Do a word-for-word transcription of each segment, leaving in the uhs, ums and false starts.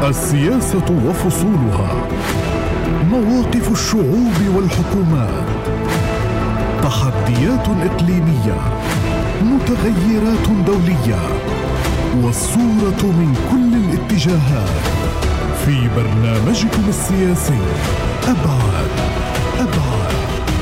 السياسة وفصولها، مواقف الشعوب والحكومات، تحديات إقليمية، متغيرات دولية، والصورة من كل الاتجاهات في برنامجكم السياسي أبعاد أبعاد.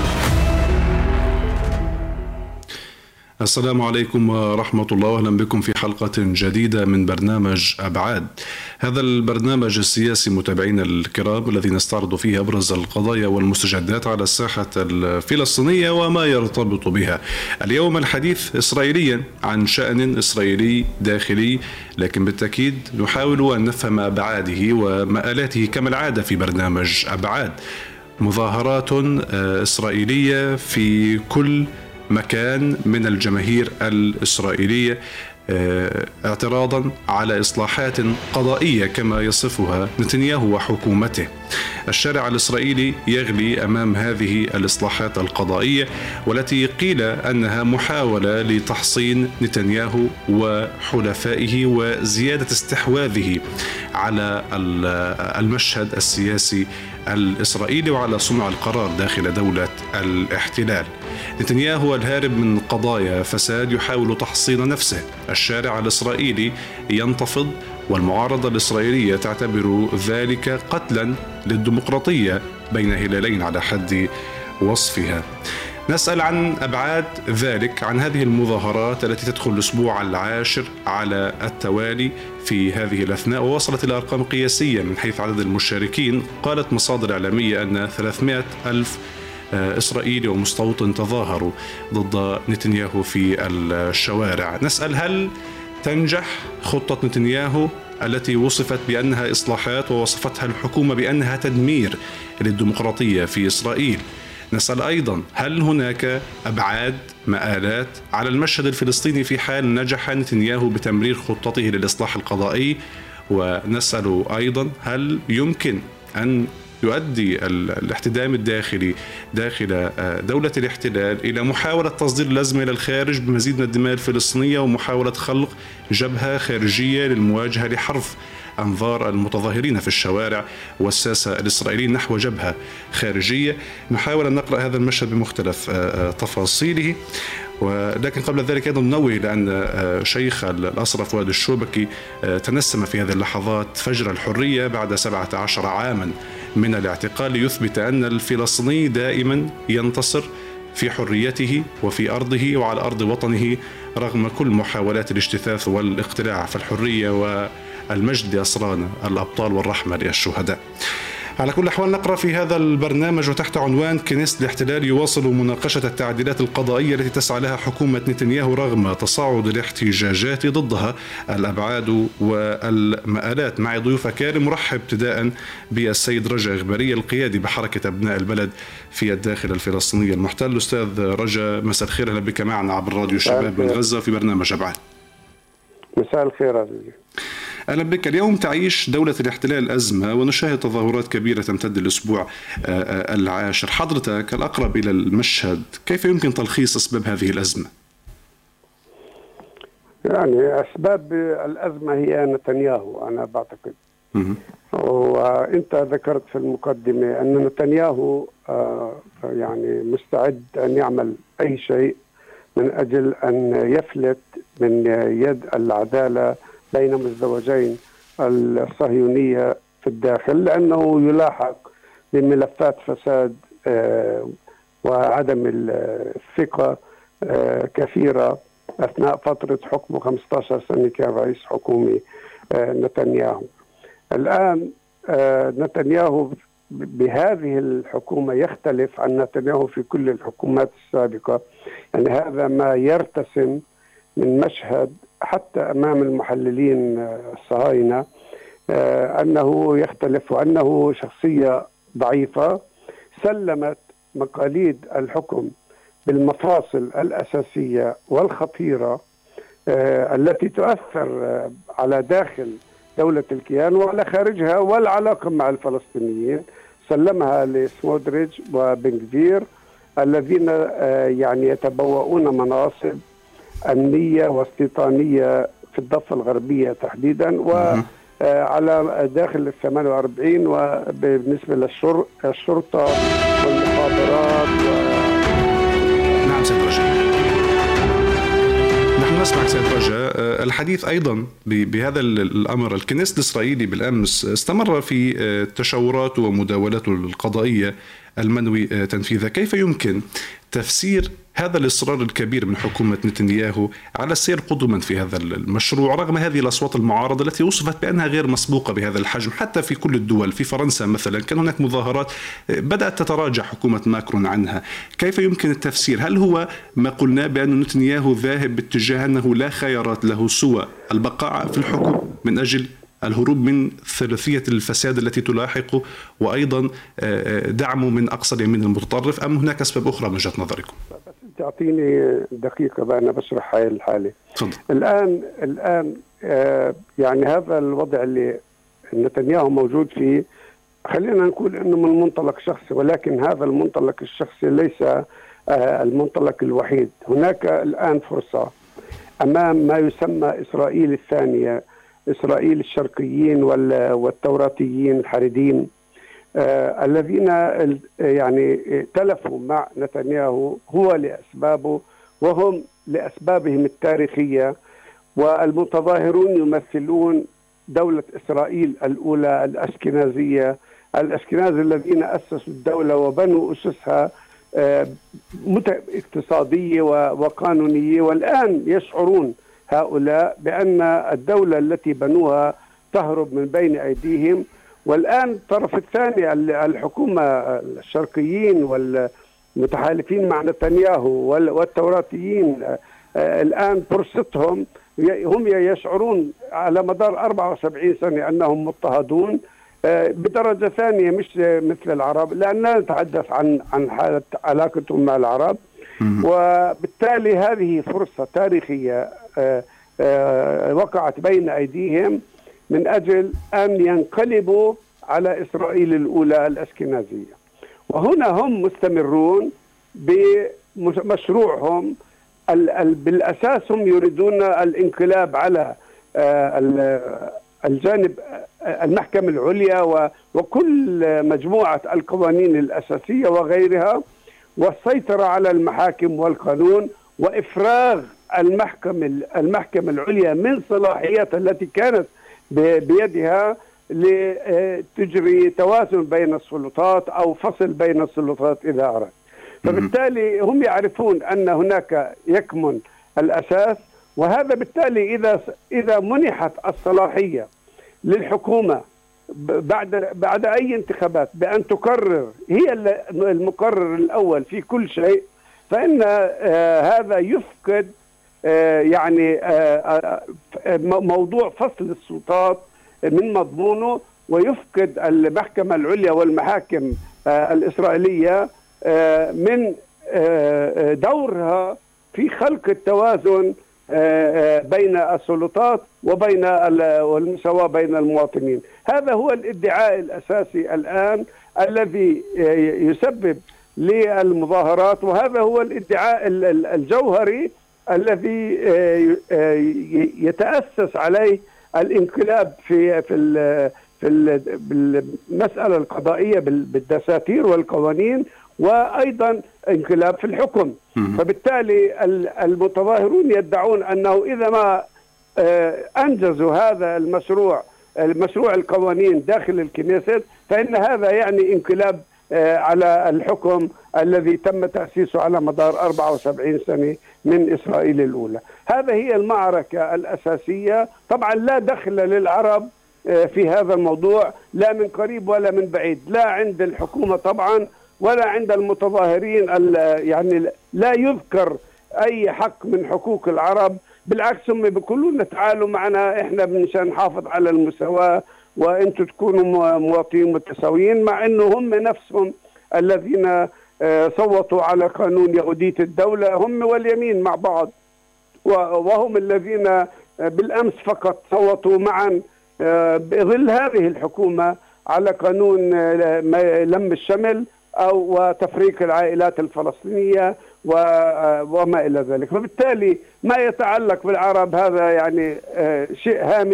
السلام عليكم ورحمة الله، وأهلا بكم في حلقة جديدة من برنامج أبعاد. هذا البرنامج السياسي متابعينا الكرام الذي نستعرض فيه أبرز القضايا والمستجدات على الساحة الفلسطينية وما يرتبط بها. اليوم الحديث إسرائيليا عن شأن إسرائيلي داخلي، لكن بالتأكيد نحاول أن نفهم أبعاده ومآلاته كما العادة في برنامج أبعاد. مظاهرات إسرائيلية في كل مكان من الجماهير الإسرائيلية اعتراضا على إصلاحات قضائية كما يصفها نتنياهو وحكومته. الشارع الإسرائيلي يغلي أمام هذه الإصلاحات القضائية، والتي قيل أنها محاولة لتحصين نتنياهو وحلفائه وزيادة استحواذه على المشهد السياسي الإسرائيلي وعلى صنع القرار داخل دولة الاحتلال. نتنياهو الهارب من قضايا فساد يحاول تحصين نفسه. الشارع الإسرائيلي ينتفض، والمعارضة الإسرائيلية تعتبر ذلك قتلا للديمقراطية بين هلالين على حد وصفها. نسأل عن أبعاد ذلك، عن هذه المظاهرات التي تدخل الأسبوع العاشر على التوالي في هذه الأثناء، ووصلت إلى أرقام قياسية من حيث عدد المشاركين. قالت مصادر إعلامية أن ثلاثمائة ألف إسرائيلي ومستوطن تظاهروا ضد نتنياهو في الشوارع. نسأل: هل تنجح خطة نتنياهو التي وصفت بأنها إصلاحات ووصفتها الحكومة بأنها تدمير للديمقراطية في إسرائيل؟ نسأل أيضا: هل هناك أبعاد مآلات على المشهد الفلسطيني في حال نجح نتنياهو بتمرير خطته للإصلاح القضائي؟ ونسأل أيضا: هل يمكن أن يؤدي الاحتدام الداخلي داخل دولة الاحتلال إلى محاولة تصدير الأزمة إلى الخارج بمزيد من الدماء الفلسطينية ومحاولة خلق جبهة خارجية للمواجهة لحرف أنظار المتظاهرين في الشوارع والساسة الإسرائيليين نحو جبهة خارجية؟ نحاول أن نقرأ هذا المشهد بمختلف تفاصيله، ولكن قبل ذلك أيضا ننوه لأن شيخ الأسرى فؤاد الشوبكي تنسم في هذه اللحظات فجر الحرية بعد سبعة عشر عاما من الاعتقال، ليثبت أن الفلسطيني دائما ينتصر في حريته وفي أرضه وعلى أرض وطنه رغم كل محاولات الاجتثاث والاقتلاع. فالحرية والمجد لأسرانا الأبطال والرحمة للشهداء. على كل الأحوال نقرأ في هذا البرنامج وتحت عنوان: كنيسة الاحتلال يواصل مناقشة التعديلات القضائية التي تسعى لها حكومة نتنياهو رغم تصاعد الاحتجاجات ضدها. الأبعاد والمآلات. معي ضيوف أكارم. مرحب ابتداء بالسيد رجا إغبارية القيادي بحركة أبناء البلد في الداخل الفلسطيني المحتل. أستاذ رجا، مساء الخير، أهلا بك معنا عبر راديو الشباب من غزة في برنامج أبعاد. مساء الخير عزيزي. أهلا بك. اليوم تعيش دولة الاحتلال أزمة ونشاهد تظاهرات كبيرة تمتد الأسبوع العاشر. حضرتك الأقرب إلى المشهد، كيف يمكن تلخيص أسباب هذه الأزمة؟ يعني أسباب الأزمة هي نتنياهو أنا بعتقد. وأنت ذكرت في المقدمة أن نتنياهو يعني مستعد أن يعمل أي شيء من أجل أن يفلت من يد العدالة بين مزدوجين الصهيونية في الداخل، لأنه يلاحق بملفات فساد وعدم الثقة كثيرة أثناء فترة حكمه خمسة عشر سنة كان رئيس حكومي نتنياهو. الآن نتنياهو بهذه الحكومة يختلف عن نتنياهو في كل الحكومات السابقة. يعني هذا ما يرتسم من مشهد حتى أمام المحللين الصهاينة أنه يختلف، وأنه شخصية ضعيفة سلمت مقاليد الحكم بالمفاصل الأساسية والخطيرة التي تؤثر على داخل دولة الكيان وعلى خارجها والعلاقة مع الفلسطينيين، سلمها لسمودريتش وبن غفير الذين يعني يتبوؤون مناصب أمنية واستيطانية في الضفة الغربية تحديدا، على داخل ال ثمانية وأربعين وبالنسبة للشرطة والمخابرات و... نعم سيد رجاء، نحن نسمعك سيد رجاء. الحديث أيضا بهذا الأمر. الكنيست الإسرائيلي بالأمس استمر في تشاوراته ومداولاته القضائية المنوي تنفيذها. كيف يمكن تفسير هذا الإصرار الكبير من حكومة نتنياهو على السير قدما في هذا المشروع رغم هذه الأصوات المعارضة التي وصفت بأنها غير مسبوقة بهذا الحجم حتى في كل الدول؟ في فرنسا مثلا كان هناك مظاهرات بدأت تتراجع حكومة ماكرون عنها. كيف يمكن التفسير؟ هل هو ما قلنا بأن نتنياهو ذاهب باتجاه أنه لا خيارات له سوى البقاء في الحكم من أجل الهروب من ثلاثية الفساد التي تلاحقه وأيضا دعمه من أقصى اليمين المتطرف، أم هناك أسباب أخرى من وجهة نظركم؟ بس تعطيني دقيقة بقى أنا بشرح هاي الحالة. فضل. الآن الآن آه يعني هذا الوضع اللي نتنياهو موجود فيه، خلينا نقول إنه من منطلق شخصي، ولكن هذا المنطلق الشخصي ليس آه المنطلق الوحيد. هناك الآن فرصة أمام ما يسمى إسرائيل الثانية، إسرائيل الشرقيين والتوراتيين الحريديم آه الذين يعني تلفوا مع نتنياهو هو لأسبابه وهم لأسبابهم التاريخية، والمتظاهرون يمثلون دولة إسرائيل الأولى الأشكنازية، الأشكناز الذين أسسوا الدولة وبنوا أسسها آه اقتصادية وقانونية، والآن يشعرون هؤلاء بأن الدولة التي بنوها تهرب من بين أيديهم. والآن الطرف الثاني الحكومة الشرقيين والمتحالفين مع نتنياهو والتوراتيين الآن فرصتهم، هم يشعرون على مدار أربعة وسبعين سنة أنهم مضطهدون بدرجة ثانية مش مثل العرب، لأننا نتحدث عن عن حالة علاقتهم مع العرب، وبالتالي هذه فرصة تاريخية وقعت بين أيديهم من أجل أن ينقلبوا على إسرائيل الأولى الأشكنازية. وهنا هم مستمرون بمشروعهم بالأساس، هم يريدون الانقلاب على الجانب المحكمة العليا وكل مجموعة القوانين الأساسية وغيرها، والسيطرة على المحاكم والقانون، وإفراغ المحكمة المحكمة العليا من صلاحياتها التي كانت بيدها لتجري توازن بين السلطات أو فصل بين السلطات إذا أراد. فبالتالي هم يعرفون أن هناك يكمن الأساس، وهذا بالتالي إذا إذا منحت الصلاحية للحكومة بعد بعد أي انتخابات بأن تقرر هي المقرر الأول في كل شيء، فإن آه هذا يفقد آه يعني آه موضوع فصل السلطات من مضمونه، ويفقد المحكمة العليا والمحاكم الإسرائيلية من دورها في خلق التوازن بين السلطات وبين والمساواة بين المواطنين. هذا هو الادعاء الأساسي الآن الذي يسبب للمظاهرات، وهذا هو الادعاء الجوهري الذي يتأسس عليه الانقلاب في في في المسألة القضائية بالدساتير والقوانين، وأيضا انقلاب في الحكم. فبالتالي المتظاهرون يدعون أنه إذا ما أنجزوا هذا المشروع المشروع القوانين داخل الكنيست، فإن هذا يعني انقلاب على الحكم الذي تم تأسيسه على مدار أربعة وسبعين سنة من إسرائيل الأولى. هذا هي المعركة الأساسية. طبعا لا دخل للعرب في هذا الموضوع لا من قريب ولا من بعيد، لا عند الحكومة طبعا ولا عند المتظاهرين، يعني لا يذكر أي حق من حقوق العرب، بالعكس هم بيقولون تعالوا معنا احنا مشان نحافظ على المساواة وانتم تكونوا مواطنين متساويين، مع انه هم نفسهم الذين صوتوا على قانون يهودية الدولة، هم واليمين مع بعض، وهم الذين بالأمس فقط صوتوا معا بظل هذه الحكومة على قانون لم الشمل أو وتفريق العائلات الفلسطينية وما إلى ذلك. فبالتالي ما يتعلق بالعرب هذا يعني شيء هامشي،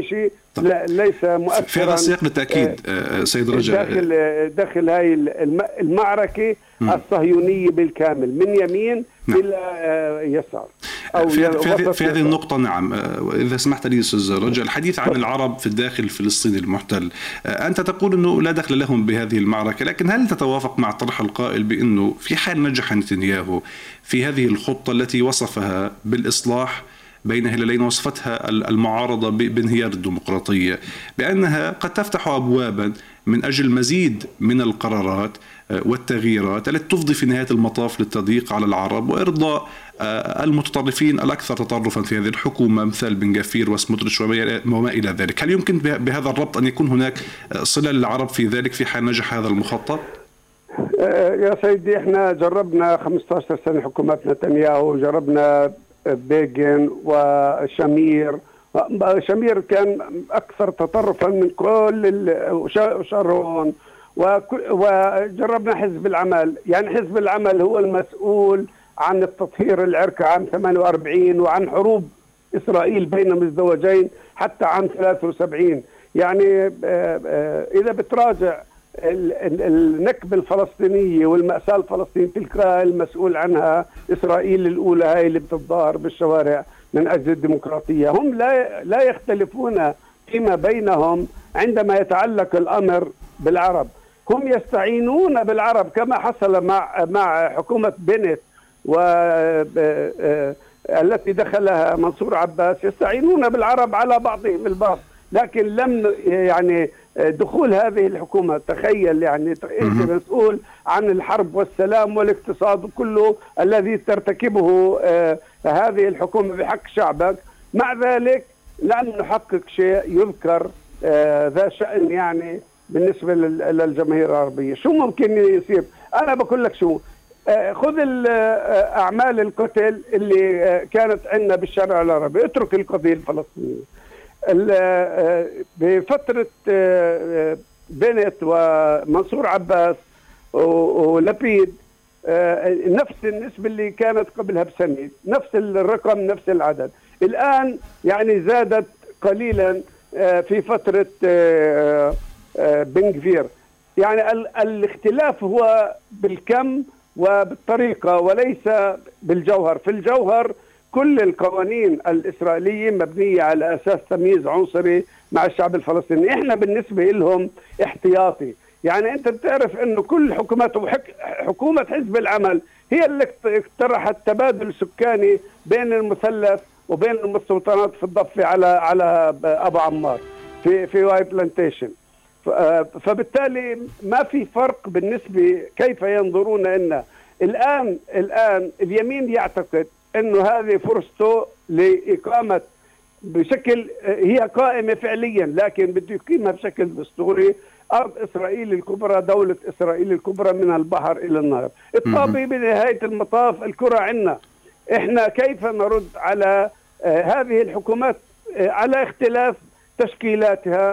لا ليس مؤثرا في هذا السياق بالتأكيد سيد رجاء داخل داخل هاي المعركة م. الصهيونية بالكامل من يمين نعم. إلى يسار أو في, في, في هذه النقطة. نعم إذا سمحت لي أستاذ رجاء، الحديث عن العرب في الداخل الفلسطيني المحتل، أنت تقول أنه لا دخل لهم بهذه المعركة، لكن هل تتوافق مع الطرح القائل بأنه في حال نجح نتنياهو في هذه الخطة التي وصفها بالإصلاح بين هلالين، وصفتها المعارضة بانهيار الديمقراطية، بأنها قد تفتح أبوابا من أجل مزيد من القرارات والتغييرات التي تفضي في نهاية المطاف للتضييق على العرب وإرضاء المتطرفين الأكثر تطرفا في هذه الحكومة مثل بن غفير وسموتريتش وما إلى ذلك؟ هل يمكن بهذا الربط أن يكون هناك صلة للعرب في ذلك في حال نجح هذا المخطط؟ يا سيدي احنا جربنا خمسة عشر سنة حكومات نتنياهو، جربنا بيغن وشامير. شامير كان أكثر تطرفا من كل شارون، وجربنا حزب العمل. يعني حزب العمل هو المسؤول عن التطهير العرقي عام ثمانية وأربعين وعن حروب إسرائيل بين مزدوجين حتى عام ثلاثة وسبعين. يعني إذا بتراجع النكبة الفلسطينية والمأساة الفلسطينية تلك المسؤول عنها إسرائيل الأولى، هاي اللي بتتظاهر بالشوارع من أجل الديمقراطية. هم لا لا يختلفون فيما بينهم عندما يتعلق الأمر بالعرب. هم يستعينون بالعرب كما حصل مع مع حكومة بنت والتي دخلها منصور عباس، يستعينون بالعرب على بعضهم البعض، لكن لم يعني دخول هذه الحكومة، تخيل يعني أنت مسؤول عن الحرب والسلام والاقتصاد كله الذي ترتكبه هذه الحكومة بحق شعبك، مع ذلك لم نحقق شيء يذكر ذا شأن يعني بالنسبة للجماهير العربية. شو ممكن يصير؟ أنا بقول لك شو، خذ أعمال القتل اللي كانت عندنا بالشارع العربي، اترك القضية الفلسطينية. بفترة بنت ومنصور عباس ولبيد نفس النسبة اللي كانت قبلها بسنة، نفس الرقم نفس العدد. الآن يعني زادت قليلا في فترة بن غفير. يعني الاختلاف هو بالكم وبالطريقة وليس بالجوهر. في الجوهر كل القوانين الإسرائيلية مبنية على أساس تمييز عنصري مع الشعب الفلسطيني. إحنا بالنسبة لهم احتياطي. يعني أنت بتعرف أنه كل حكومات حكومة حزب العمل هي اللي اقترحت تبادل سكاني بين المثلث وبين المستوطنات في الضفة على على أبو عمار في في واي بلانتيشن. فبالتالي ما في فرق بالنسبة كيف ينظرون. إن الآن الآن اليمين يعتقد انه هذه فرصته لاقامه بشكل، هي قائمه فعليا لكن بده يقيمها بشكل دستوري، ارض اسرائيل الكبرى، دوله اسرائيل الكبرى من البحر الى النهر. الطابي بنهايه المطاف الكره عنا. احنا كيف نرد على آه هذه الحكومات آه على اختلاف تشكيلاتها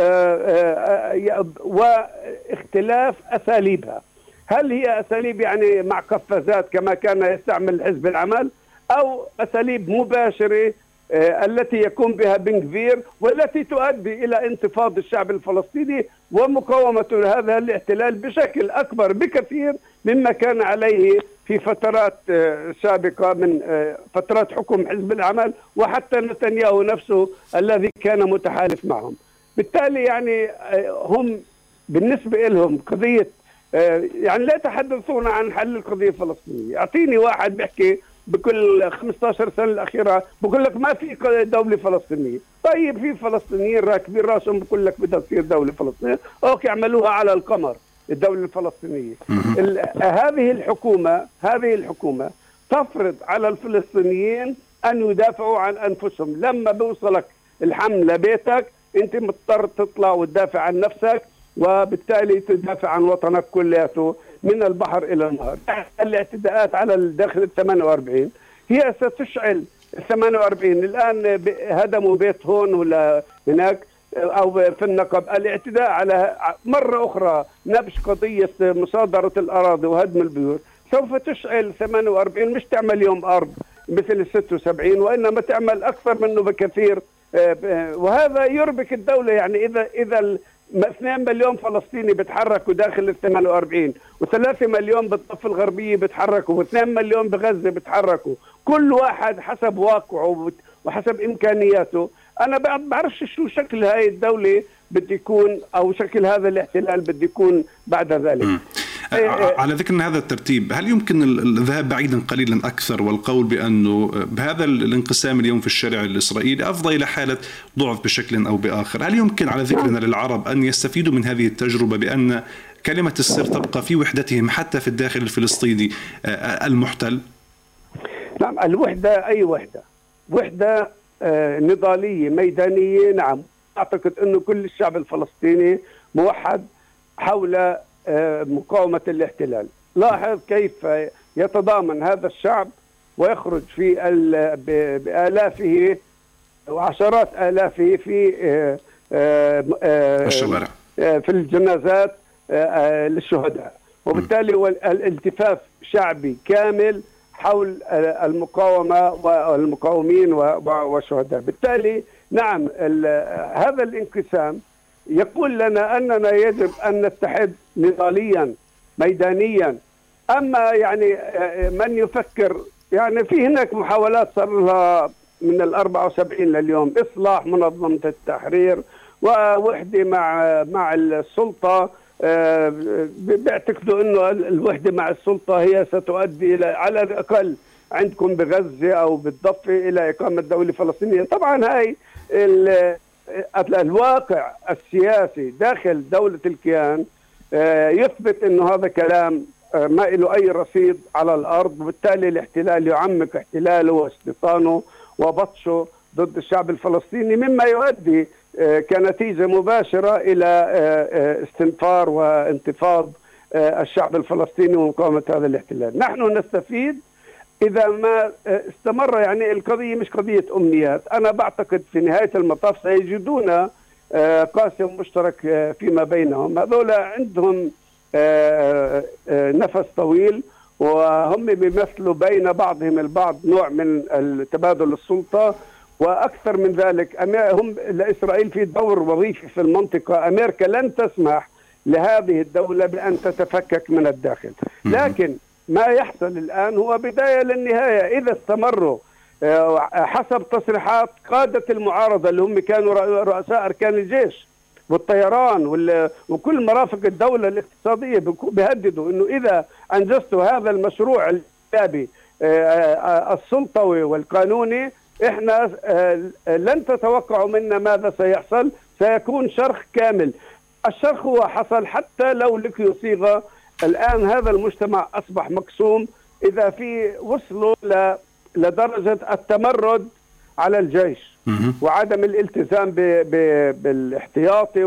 آه آه واختلاف اساليبها؟ هل هي أساليب يعني مع قفازات كما كان يستعمل حزب العمل، أو أساليب مباشرة آه التي يقوم بها بن غفير والتي تؤدي إلى انتفاض الشعب الفلسطيني ومقاومته لهذا الاحتلال بشكل أكبر بكثير مما كان عليه في فترات آه سابقة من آه فترات حكم حزب العمل وحتى نتنياهو نفسه الذي كان متحالف معهم. بالتالي يعني آه هم بالنسبة لهم قضية يعني لا يتحدثون عن حل القضية الفلسطينية. أعطيني واحد بيحكي بكل خمسة عشر سنة الأخيرة بقول لك ما في دولة فلسطينية. طيب في فلسطينيين راكبين راسهم بقول لك بدها تصير دولة فلسطينية، أوكي اعملوها على القمر الدولة الفلسطينية. هذه الحكومة هذه الحكومة تفرض على الفلسطينيين أن يدافعوا عن أنفسهم. لما بيوصلك الحمل لبيتك أنت مضطر تطلع وتدافع عن نفسك، وبالتالي تدافع عن وطنك كلياته من البحر إلى النهر. الاعتداءات على الداخل ال ثمانية وأربعين هي ستشعل ال ثمانية وأربعين. الآن هدموا بيت هون ولا هناك أو في النقب. الاعتداء على مرة أخرى نبش قضية مصادرة الأراضي وهدم البيوت سوف تشعل ثمانية وأربعين، مش تعمل يوم أرض مثل ستة وسبعين، وإنما تعمل أكثر منه بكثير وهذا يربك الدولة. يعني إذا إذا اثنين مليون فلسطيني بيتحركوا داخل ال ثمانية وأربعين وثلاثة مليون بالضفة الغربية بيتحركوا واثنين مليون بغزة بيتحركوا، كل واحد حسب واقعه وحسب إمكانياته. أنا بعرفش شو شكل هاي الدولة بده يكون أو شكل هذا الاحتلال بده يكون بعد ذلك. م. على ذكر أن هذا الترتيب، هل يمكن الذهاب بعيدا قليلا أكثر والقول بأنه بهذا الانقسام اليوم في الشارع الإسرائيلي أفضى إلى حالة ضعف بشكل أو بآخر؟ هل يمكن على ذكرنا للعرب أن يستفيدوا من هذه التجربة بأن كلمة السر تبقى في وحدتهم حتى في الداخل الفلسطيني المحتل؟ نعم، الوحدة أي وحدة، وحدة نضالية ميدانية. نعم، أعتقد أنه كل الشعب الفلسطيني موحد حول مقاومة الاحتلال. لاحظ كيف يتضامن هذا الشعب ويخرج في بآلافه وعشرات آلافه في الشوارع في الجنازات للشهداء، وبالتالي الالتفاف شعبي كامل حول المقاومة والمقاومين والشهداء. بالتالي نعم، هذا الانقسام يقول لنا أننا يجب أن نتحد نضاليا ميدانيا. أما يعني من يفكر، يعني في هناك محاولات صار لها من الأربعة وسبعين لليوم، إصلاح منظمة التحرير ووحدة مع مع السلطة. بيعتقدوا أنه الوحدة مع السلطة هي ستؤدي إلى على الأقل عندكم بغزة أو بالضفة إلى إقامة دولة فلسطينية. طبعا هاي الواقع السياسي داخل دولة الكيان يثبت أنه هذا كلام ما له أي رصيد على الأرض، وبالتالي الاحتلال يعمق احتلاله واستيطانه وبطشه ضد الشعب الفلسطيني، مما يؤدي كنتيجة مباشرة إلى استنفار وانتفاض الشعب الفلسطيني ومقاومة هذا الاحتلال. نحن نستفيد إذا ما استمر. يعني القضية مش قضية أمنيات. أنا بعتقد في نهاية المطاف سيجدون قاسم مشترك فيما بينهم. هذول عندهم نفس طويل وهم بيمثلوا بين بعضهم البعض نوع من تبادل السلطة، وأكثر من ذلك هم لإسرائيل في دور وظيفي في المنطقة. أمريكا لن تسمح لهذه الدولة بأن تتفكك من الداخل، لكن ما يحصل الآن هو بداية للنهاية. إذا استمروا حسب تصريحات قادة المعارضة اللي هم كانوا رؤساء أركان الجيش والطيران وكل مرافق الدولة الاقتصادية، بيهددوا أنه إذا أنجزتوا هذا المشروع الإنتخابي السلطوي والقانوني إحنا لن تتوقعوا منا ماذا سيحصل، سيكون شرخ كامل. الشرخ هو حصل حتى لو لقيوا صيغة. الآن هذا المجتمع أصبح مقسوم. إذا في وصلوا لدرجة التمرد على الجيش وعدم الالتزام بالاحتياطي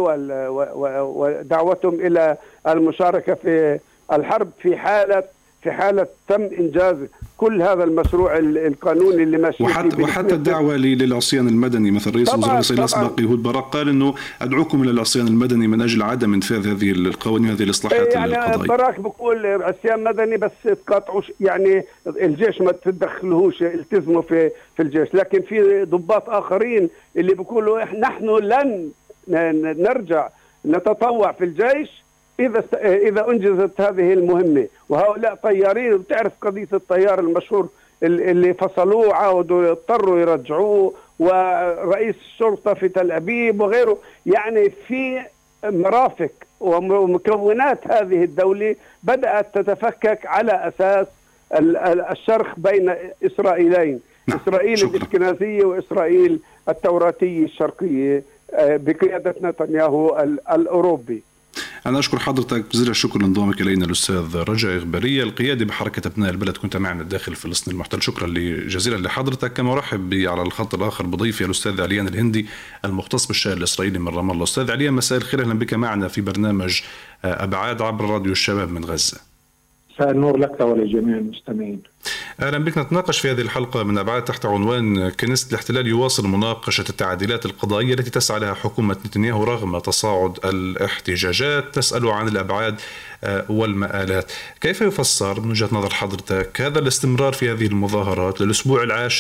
ودعوتهم إلى المشاركة في الحرب في حالة في حالة تم إنجاز كل هذا المشروع القانوني اللي ماشي وحتى, وحتى الدعوة للعصيان المدني. مثل رئيس الوزراء الإسرائيلي الأسبق يهود برق قال إنه أدعوكم إلى العصيان المدني من أجل عدم انفاذ هذه القوانين وهذه الإصلاحات يعني القضائية. برق بقول عصيان مدني بس تقاطعوش، يعني الجيش ما تدخلوش، التزموا في في الجيش. لكن في ضباط آخرين اللي بيقولوا نحن لن نرجع نتطوع في الجيش إذا إذا أنجزت هذه المهمة. وهؤلاء طيارين، وبتعرف قضية الطيار المشهور اللي فصلوه عاودوا اضطروا يرجعوه، ورئيس الشرطة في تل أبيب وغيره. يعني في مرافق ومكونات هذه الدولة بدأت تتفكك على أساس الشرخ بين إسرائيلين، إسرائيل الإشكنازية وإسرائيل التوراتية الشرقية بقيادة نتنياهو الأوروبي. أنا أشكر حضرتك جزيل الشكر لانضمامك إلينا الأستاذ رجاء إغبارية القيادي بحركة أبناء البلد، كنت معنا داخل فلسطين المحتل. شكرا جزيلا لحضرتك. كما أرحب على الخط الآخر بضيفي الأستاذ عليان الهندي المختص بالشأن الإسرائيلي من رام الله. أستاذ عليان، مساء الخير، أهلا بك معنا في برنامج أبعاد عبر راديو الشباب من غزة. مساء النور لك ولجميع المستمعين. أهلا بك. نتناقش في هذه الحلقة من أبعاد تحت عنوان كنيسة الاحتلال يواصل مناقشة التعديلات القضائية التي تسعى لها حكومة نتنياهو رغم تصاعد الاحتجاجات. تسأل عن الأبعاد والمآلات. كيف يفسر من وجهة نظر حضرتك هذا الاستمرار في هذه المظاهرات للأسبوع العاشر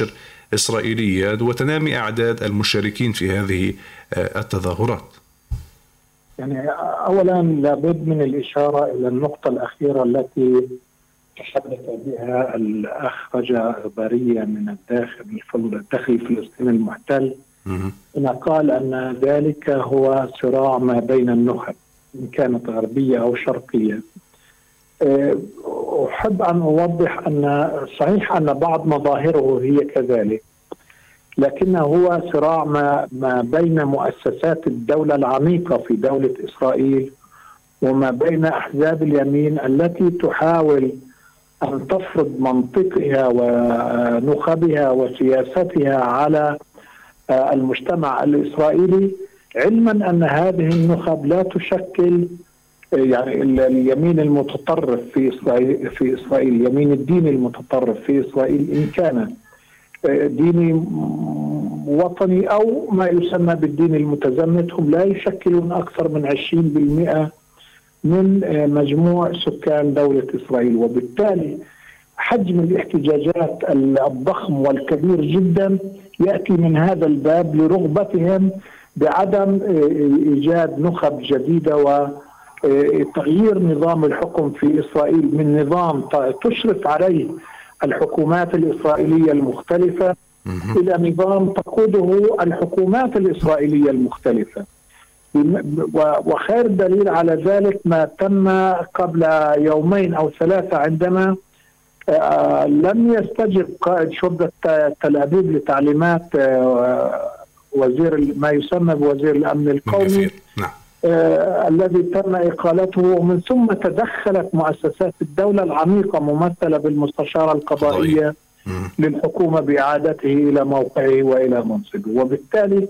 إسرائيلية وتنامي أعداد المشاركين في هذه التظاهرات؟ يعني أولا لابد من الإشارة إلى النقطة الأخيرة التي تحدث بها الأخ رجاء غبارية من الداخل الداخل الفلسطيني المحتل، إن قال أن ذلك هو صراع ما بين النخب إن كانت غربية أو شرقية. أحب أن أوضح أن صحيح أن بعض مظاهره هي كذلك، لكنه هو صراع ما, ما بين مؤسسات الدولة العميقة في دولة إسرائيل وما بين أحزاب اليمين التي تحاول أن تفرض منطقها ونخبها وسياستها على المجتمع الإسرائيلي، علما أن هذه النخب لا تشكل يعني اليمين المتطرف في إسرائيل في إسرائيل اليمين الديني المتطرف في إسرائيل، إن كان ديني وطني أو ما يسمى بالدين المتزمت، هم لا يشكلون أكثر من عشرين بالمئة من مجموع سكان دولة إسرائيل، وبالتالي حجم الاحتجاجات الضخم والكبير جدا يأتي من هذا الباب لرغبتهم بعدم إيجاد نخب جديدة وتغيير نظام الحكم في إسرائيل من نظام تشرف عليه الحكومات الإسرائيلية المختلفة إلى نظام تقوده الحكومات الإسرائيلية المختلفة. وخير دليل على ذلك ما تم قبل يومين أو ثلاثة عندما لم يستجب قائد شرطة تل أبيب لتعليمات وزير ما يسمى بوزير الأمن القومي نعم. آه الذي تم إقالته، ومن ثم تدخلت مؤسسات الدولة العميقة ممثلة بالمستشارة القضائية للحكومة بإعادته إلى موقعه وإلى منصبه. وبالتالي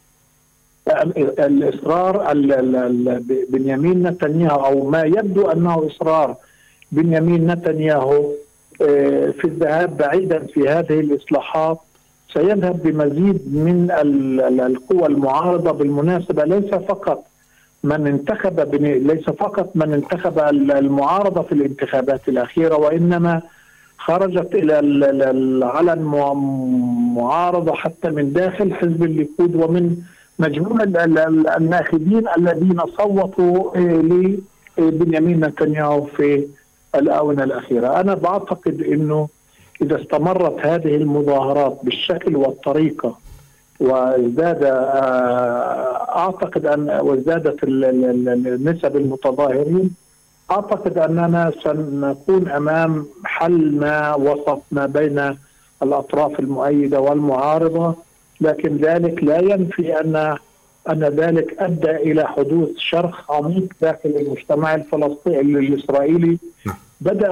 الإصرار بنيامين نتنياهو أو ما يبدو أنه إصرار بنيامين نتنياهو في الذهاب بعيدا في هذه الإصلاحات سيذهب بمزيد من القوى المعارضة. بالمناسبة ليس فقط من انتخب ليس فقط من انتخب المعارضة في الانتخابات الأخيرة، وإنما خرجت إلى العلن معارضة حتى من داخل حزب الليكود ومن مجموع الناخبين الذين صوتوا لبنيامين نتنياهو في الآونة الأخيرة. أنا بعتقد أنه إذا استمرت هذه المظاهرات بالشكل والطريقة وازداد أعتقد أن وازدادت نسب المتظاهرين، أعتقد أننا سنكون أمام حل ما وسط ما بين الأطراف المؤيدة والمعارضة، لكن ذلك لا ينفي أن أن ذلك أدى إلى حدوث شرخ عميق داخل المجتمع الفلسطيني الإسرائيلي. بدأ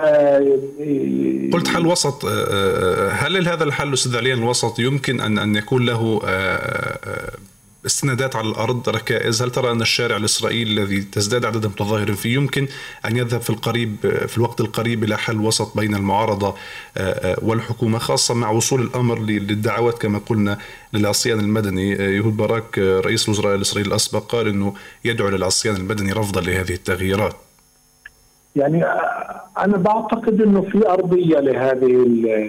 قلت حل وسط، هل هذا الحل أستاذ علي الوسط يمكن أن أن يكون له استنادات على الأرض، ركائز؟ هل ترى أن الشارع الإسرائيلي الذي تزداد عدد المتظاهرين فيه يمكن أن يذهب في القريب في الوقت القريب إلى حل وسط بين المعارضة والحكومة، خاصة مع وصول الأمر للدعوات كما قلنا للعصيان المدني؟ يهود باراك رئيس الوزراء الإسرائيلي الأسبق قال أنه يدعو للعصيان المدني رفضا لهذه التغييرات. يعني أنا بعتقد أنه في أرضية لهذه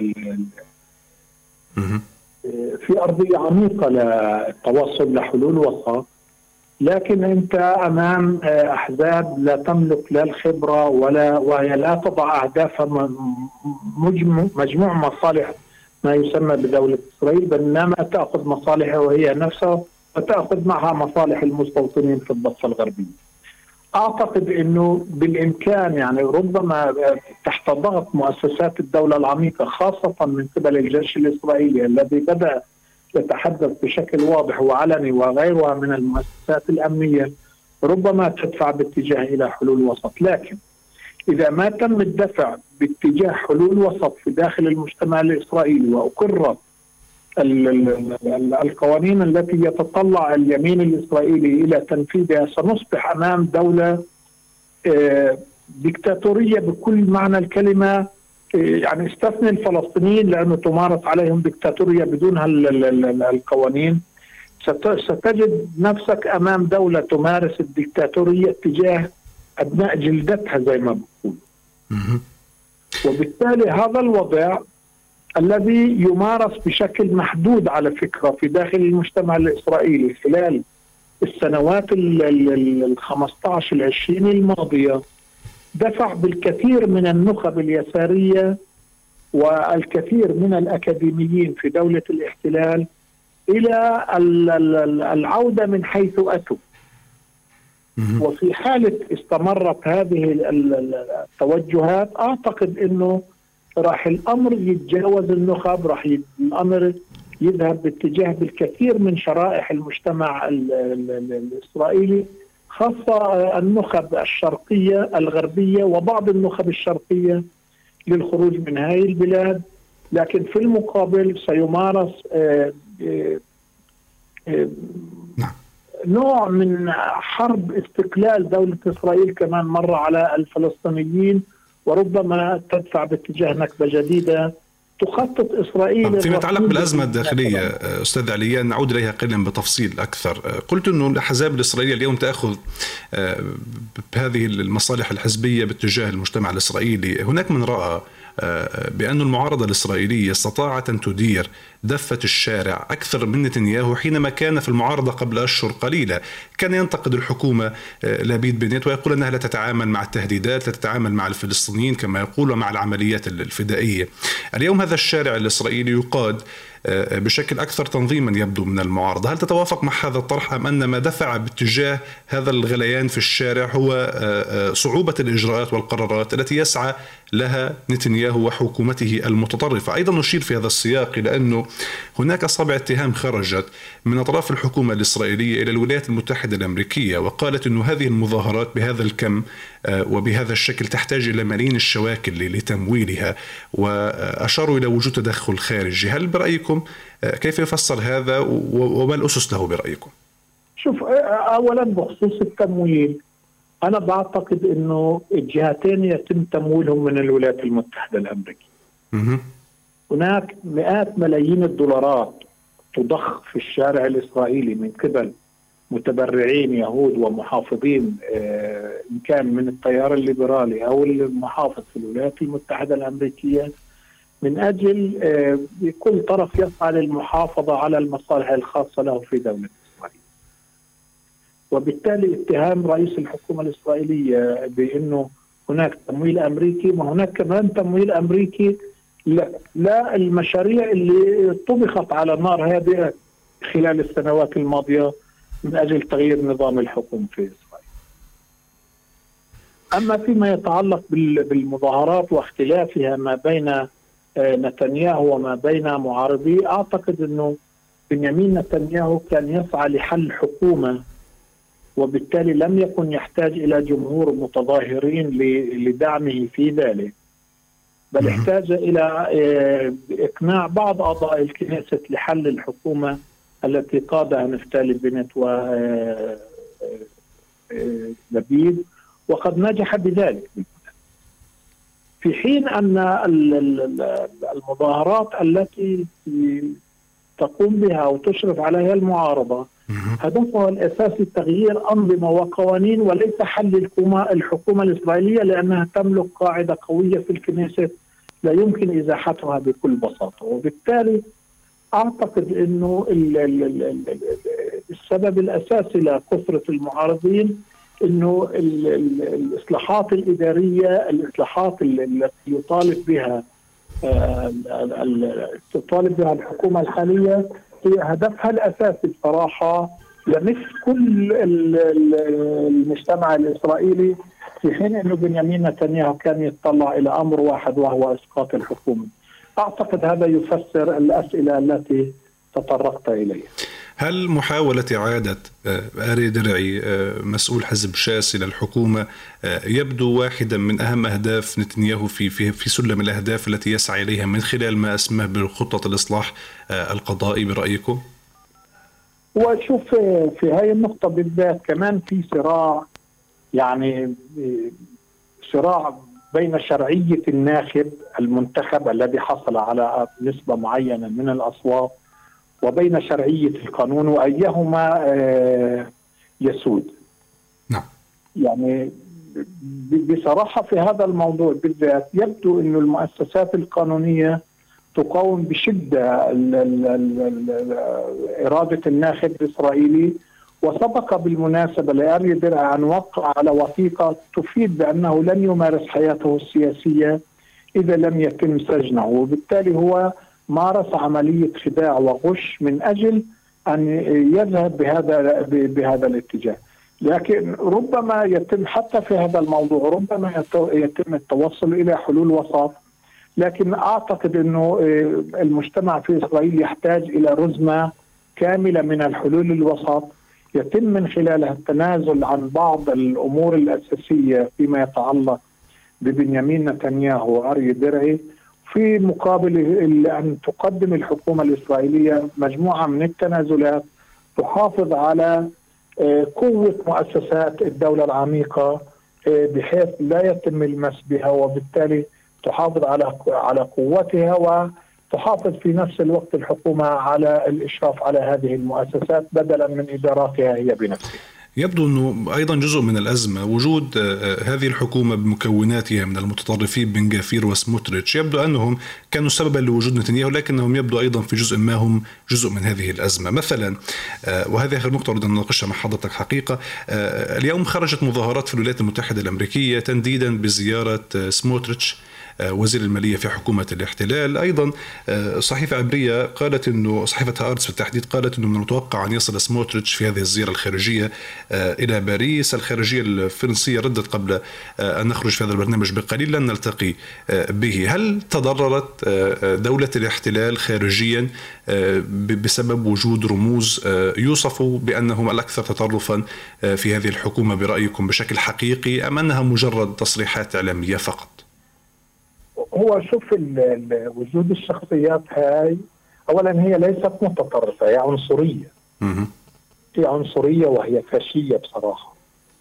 في أرضية عميقة للتوصل لحلول وسط، لكن أنت أمام أحزاب لا تملك لا الخبرة ولا وهي لا تضع أهدافها مجموع مصالح ما يسمى بدولة إسرائيل، بينما تأخذ مصالحها وهي نفسها وتأخذ معها مصالح المستوطنين في الضفة الغربية. أعتقد أنه بالإمكان يعني ربما تحت ضغط مؤسسات الدولة العميقة خاصة من قبل الجيش الإسرائيلي الذي بدأ يتحدث بشكل واضح وعلني وغيرها من المؤسسات الأمنية، ربما تدفع باتجاه إلى حلول وسط. لكن إذا ما تم الدفع باتجاه حلول وسط في داخل المجتمع الإسرائيلي وأقرت القوانين التي يتطلع اليمين الإسرائيلي إلى تنفيذها، سنصبح أمام دولة ديكتاتورية بكل معنى الكلمة. يعني استثني الفلسطينيين لأنه تمارس عليهم ديكتاتورية بدون القوانين، ستجد نفسك أمام دولة تمارس الديكتاتورية تجاه أبناء جلدتها زي ما بقول. وبالتالي هذا الوضع الذي يمارس بشكل محدود على فكرة في داخل المجتمع الإسرائيلي خلال السنوات ال خمسة عشر العشرين الماضية، دفع بالكثير من النخب اليسارية والكثير من الأكاديميين في دولة الاحتلال إلى العودة من حيث أتوا. وفي حالة استمرت هذه التوجهات أعتقد أنه راح الأمر يتجاوز النخب، راح الأمر يذهب باتجاه بالكثير من شرائح المجتمع الإسرائيلي، خاصة النخب الشرقية الغربية وبعض النخب الشرقية للخروج من هذه البلاد. لكن في المقابل سيمارس نوع من حرب استقلال دولة إسرائيل كمان مرة على الفلسطينيين، وربما تدفع باتجاه نكبة جديدة تخطط إسرائيل. فيما يتعلق بالأزمة الداخلية أستاذ عليان، نعود إليها قليلا بتفصيل أكثر. قلت أنه الأحزاب الإسرائيلية اليوم تأخذ بهذه المصالح الحزبية باتجاه المجتمع الإسرائيلي. هناك من رأى بأن المعارضة الإسرائيلية استطاعت أن تدير دفة الشارع أكثر من نتنياهو حينما كان في المعارضة قبل أشهر قليلة. كان ينتقد الحكومة لبيد بنيت ويقول أنها لا تتعامل مع التهديدات، لا تتعامل مع الفلسطينيين كما يقول ومع العمليات الفدائية. اليوم هذا الشارع الإسرائيلي يقاد بشكل أكثر تنظيما يبدو من المعارضة. هل تتوافق مع هذا الطرح أم أن ما دفع باتجاه هذا الغليان في الشارع هو صعوبة الإجراءات والقرارات التي يسعى لها نتنياهو وحكومته المتطرفة؟ أيضا نشير في هذا السياق إلى أنه هناك أصابع اتهام خرجت من أطراف الحكومة الإسرائيلية إلى الولايات المتحدة الأمريكية، وقالت أنه هذه المظاهرات بهذا الكم وبهذا الشكل تحتاج إلى ملايين الشواكل لتمويلها، وأشاروا إلى وجود تدخل خارجي. هل برأيكم كيف يفسر هذا وما الأسس له برأيكم؟ شوف، أولا بخصوص التمويل، أنا بعتقد أنه الجهتين يتم تمويلهم من الولايات المتحدة الأمريكية. هناك مئات ملايين الدولارات تضخ في الشارع الإسرائيلي من قبل متبرعين يهود ومحافظين، إن كان من التيار الليبرالي أو المحافظ في الولايات المتحدة الأمريكية، من أجل كل طرف يسعى للمحافظة على المصالح الخاصة له في دولة إسرائيل. وبالتالي اتهام رئيس الحكومة الإسرائيلية بأنه هناك تمويل أمريكي، وهناك كمان تمويل أمريكي لا, لا المشاريع اللي طبخت على نار هادئة خلال السنوات الماضية من أجل تغيير نظام الحكم في إسرائيل. أما فيما يتعلق بالمظاهرات واختلافها ما بين نتنياهو وما بين معارضيه، أعتقد أنه بنيامين نتنياهو كان يسعى لحل حكومة، وبالتالي لم يكن يحتاج إلى جمهور متظاهرين لدعمه في ذلك، بل احتاج إلى إقناع بعض أعضاء الكنيسة لحل الحكومة التي قادها نفتالي بنت ولبيد، وقد نجح بذلك. في حين أن المظاهرات التي تقوم بها وتشرف عليها المعارضة هدفها الأساسي تغيير أنظمة وقوانين وليس حل الحكومة الإسرائيلية، لأنها تملك قاعدة قوية في الكنيسة لا يمكن إزاحتها بكل بساطة. وبالتالي أعتقد أنه السبب الأساسي لكثرة المعارضين أنه الإصلاحات الإدارية، الإصلاحات التي يطالب بها تطالب بها الحكومة الحالية هي هدفها الأساسي بصراحة لمس كل المجتمع الإسرائيلي، في حين أنه بنيامين نتنياهو كان يتطلع إلى أمر واحد وهو إسقاط الحكومة. أعتقد هذا يفسر الأسئلة التي تطرقت إليها. هل محاولة إعادة آري درعي مسؤول حزب شاس إلى الحكومة يبدو واحدا من أهم أهداف نتنياهو في في في سلم الأهداف التي يسعى إليها من خلال ما اسمه بخطة الإصلاح القضائي برأيكم؟ وشوف في هاي النقطة بالذات كمان في صراع، يعني صراع بين شرعية الناخب المنتخب الذي حصل على نسبة معينة من الأصوات وبين شرعية القانون، وأيهما يسود. نعم. يعني بصراحة في هذا الموضوع بالذات يبدو أن المؤسسات القانونية تقاوم بشدة ال ال ال ال إرادة الناخب الإسرائيلي. وسبق بالمناسبة لأري درع أن وقع على وثيقة تفيد بأنه لن يمارس حياته السياسية إذا لم يتم سجنه، وبالتالي هو مارس عملية خداع وغش من أجل أن يذهب بهذا بهذا الاتجاه. لكن ربما يتم حتى في هذا الموضوع ربما يتم التوصل إلى حلول وسط، لكن أعتقد أنه المجتمع في إسرائيل يحتاج إلى رزمة كاملة من الحلول الوسط يتم من خلالها التنازل عن بعض الأمور الأساسية فيما يتعلق ببنيامين نتنياهو وأري درعي، في مقابل أن تقدم الحكومة الإسرائيلية مجموعة من التنازلات تحافظ على قوة مؤسسات الدولة العميقة بحيث لا يتم المس بها، وبالتالي تحافظ على على قوتها وتحافظ في نفس الوقت الحكومة على الإشراف على هذه المؤسسات بدلا من إداراتها هي بنفسها. يبدو أنه أيضا جزء من الأزمة وجود هذه الحكومة بمكوناتها من المتطرفين بن غفير وسموتريتش. يبدو أنهم كانوا سببا لوجود نتنياهو، لكنهم يبدو أيضا في جزء ما هم جزء من هذه الأزمة. مثلا، وهذه آخر نقطة أريد أن نناقشها مع حضرتك حقيقة، اليوم خرجت مظاهرات في الولايات المتحدة الأمريكية تنديدا بزيارة سموتريتش وزير المالية في حكومة الاحتلال. أيضا صحيفة عبرية قالت أنه صحيفة هارتس بالتحديد قالت أنه من المتوقع أن يصل سموتريتش في هذه الزيارة الخارجية إلى باريس. الخارجية الفرنسية ردت قبل أن نخرج في هذا البرنامج بقليل لن نلتقي به. هل تضررت دولة الاحتلال خارجيا بسبب وجود رموز يوصفوا بأنهم الأكثر تطرفا في هذه الحكومة برأيكم بشكل حقيقي، أم أنها مجرد تصريحات إعلامية فقط؟ هو شوف وجود الشخصيات هاي اولا هي ليست متطرفه، هي عنصريه. هي عنصريه وهي فاشيه بصراحه.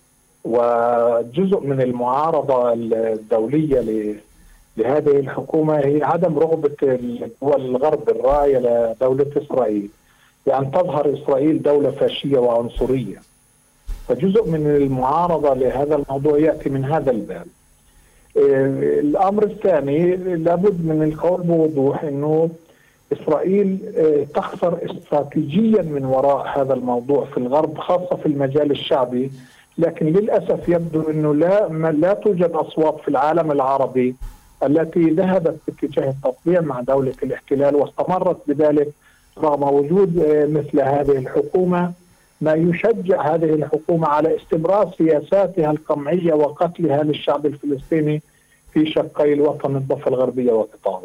وجزء من المعارضه الدوليه لهذه الحكومه هي عدم رغبه دول الغرب الراعيه لدوله اسرائيل بان تظهر اسرائيل دوله فاشيه وعنصريه. فجزء من المعارضه لهذا الموضوع ياتي من هذا الباب. الأمر الثاني لابد من القول بوضوح أنه إسرائيل تخسر استراتيجيا من وراء هذا الموضوع في الغرب، خاصة في المجال الشعبي. لكن للأسف يبدو أنه لا لا توجد أصوات في العالم العربي التي ذهبت باتجاه التطبيع مع دولة الاحتلال واستمرت بذلك رغم وجود مثل هذه الحكومة، ما يشجع هذه الحكومة على استمرار سياساتها القمعية وقتلها للشعب الفلسطيني في شقي الوطن الضفة الغربية وقطاعها.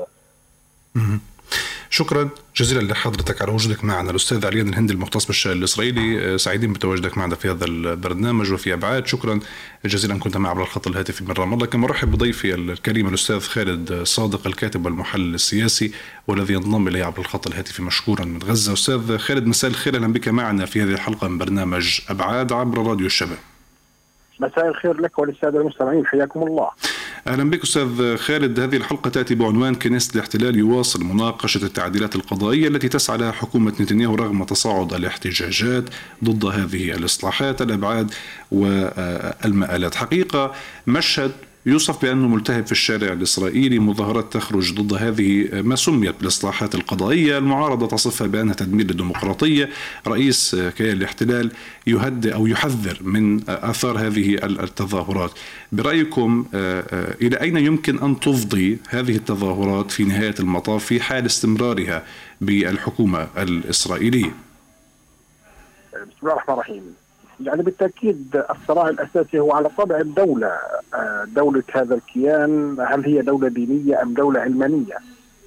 شكرا جزيلا لحضرتك على وجودك معنا. الأستاذ عليان الهندي المختص بالشأن الإسرائيلي، سعيدين بتواجدك معنا في هذا البرنامج وفي أبعاد. شكرا جزيلا كنت معنا عبر الخط الهاتفي من رام الله. كما أرحب بضيفي الكريم الأستاذ خالد صادق الكاتب والمحلل السياسي والذي ينضم إلي عبر الخط الهاتفي مشكورا من غزة. أستاذ خالد مساء الخير، أهلا بك معنا في هذه الحلقة من برنامج أبعاد عبر راديو الشباب. مساء الخير لك وللسادة المستمعين، حياكم الله. أهلا بك أستاذ خالد. هذه الحلقة تأتي بعنوان كنيسة الاحتلال يواصل مناقشة التعديلات القضائية التي تسعى لها حكومة نتنياهو رغم تصاعد الاحتجاجات ضد هذه الإصلاحات، الأبعاد والمآلات. حقيقة مشهد يوصف بأنه ملتهب في الشارع الإسرائيلي، مظاهرات تخرج ضد هذه ما سميت بالإصلاحات القضائية، المعارضة تصفها بأنها تدمير للديمقراطية، رئيس كيان الاحتلال يهدئ أو يحذر من آثار هذه التظاهرات. برأيكم إلى أين يمكن أن تفضي هذه التظاهرات في نهاية المطاف في حال استمرارها بالحكومة الإسرائيلية؟ بسم الله الرحمن الرحيم. يعني بالتأكيد الصراع الأساسي هو على طابع الدولة، دولة هذا الكيان، هل هي دولة دينية أم دولة علمانية؟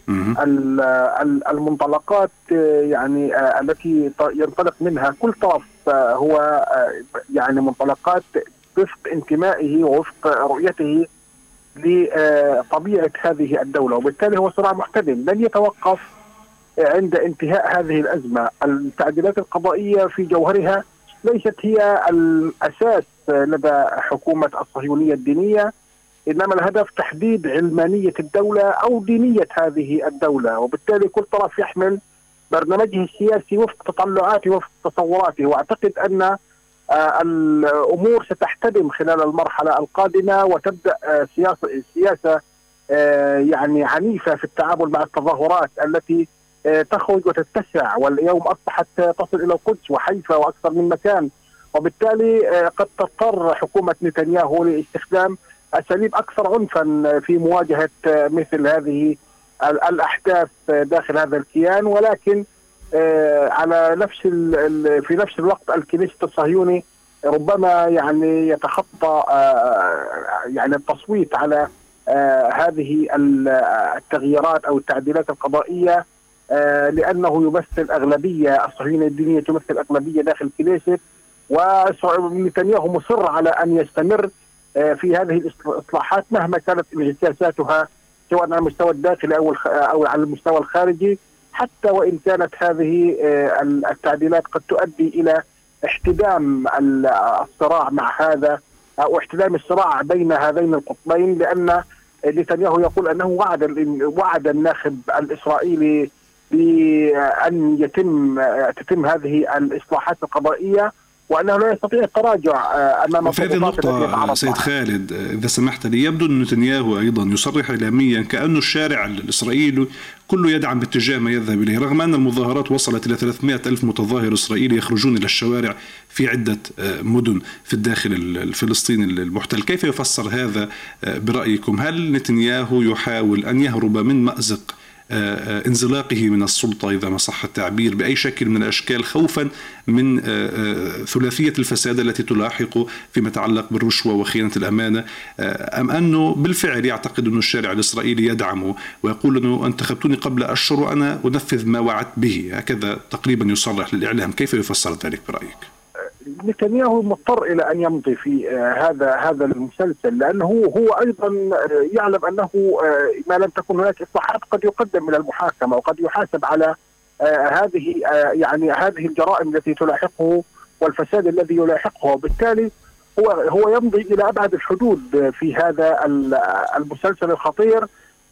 المنطلقات يعني التي ينطلق منها كل طرف هو يعني منطلقات وفق انتمائه ووفق رؤيته لطبيعة هذه الدولة، وبالتالي هو صراع محتدم لن يتوقف عند انتهاء هذه الأزمة. التعديلات القضائية في جوهرها ليست هي الأساس لدى حكومة الصهيونية الدينية، إنما الهدف تحديد علمانية الدولة أو دينية هذه الدولة، وبالتالي كل طرف يحمل برنامجه السياسي وفق تطلعاته وفق تصوراته. وأعتقد أن الأمور ستحتدم خلال المرحلة القادمة وتبدأ سياسة سياسة يعني عنيفة في التعامل مع التظاهرات التي تخرج وتتسع، واليوم أصبحت تصل إلى القدس وحيفا وأكثر من مكان، وبالتالي قد تضطر حكومة نتنياهو لاستخدام أساليب أكثر عنفا في مواجهة مثل هذه الأحداث داخل هذا الكيان. ولكن على نفس في نفس الوقت الكنيسة الصهيوني ربما يعني يتخطى يعني التصويت على هذه التغييرات أو التعديلات القضائية، لأنه يمثل أغلبية، الصهيونية الدينية تمثل أغلبية داخل الكنيسة، ونتنياهو مصر على أن يستمر في هذه الإصلاحات مهما كانت انعكاساتها سواء على المستوى الداخلي أو أو على المستوى الخارجي، حتى وإن كانت هذه التعديلات قد تؤدي إلى احتدام الصراع مع هذا أو احتدام الصراع بين هذين القطبين، لأن نتنياهو يقول أنه وعد وعد الناخب الإسرائيلي بأن يتم تتم هذه الإصلاحات القضائية، وأنه لا يستطيع التراجع أمام في هذه النقطة. سيد خالد إذا سمحت لي، يبدو أن نتنياهو أيضا يصرح إعلاميا كأنه الشارع الإسرائيلي كله يدعم باتجاه ما يذهب إليه، رغم أن المظاهرات وصلت إلى ثلاثمائة ألف متظاهر إسرائيلي يخرجون إلى الشوارع في عدة مدن في الداخل الفلسطيني المحتل. كيف يفسر هذا برأيكم؟ هل نتنياهو يحاول أن يهرب من مأزق انزلاقه من السلطة إذا ما صح التعبير بأي شكل من الأشكال، خوفا من ثلاثية الفساد التي تلاحق فيما يتعلق بالرشوة وخيانة الأمانة، أم أنه بالفعل يعتقد أن الشارع الإسرائيلي يدعمه ويقول أنه انتخبتوني قبل أشهر وأنا أنفذ ما وعدت به، هكذا تقريبا يصرح للإعلام؟ كيف يفسر ذلك برأيك؟ نتنياهو مضطر إلى أن يمضي في هذا هذا المسلسل، لأنه هو أيضا يعلم أنه ما لم تكن هناك إصلاحات قد يقدم إلى المحاكمة وقد يحاسب على هذه يعني هذه الجرائم التي تلاحقه والفساد الذي يلاحقه، وبالتالي هو هو يمضي إلى أبعد الحدود في هذا المسلسل الخطير.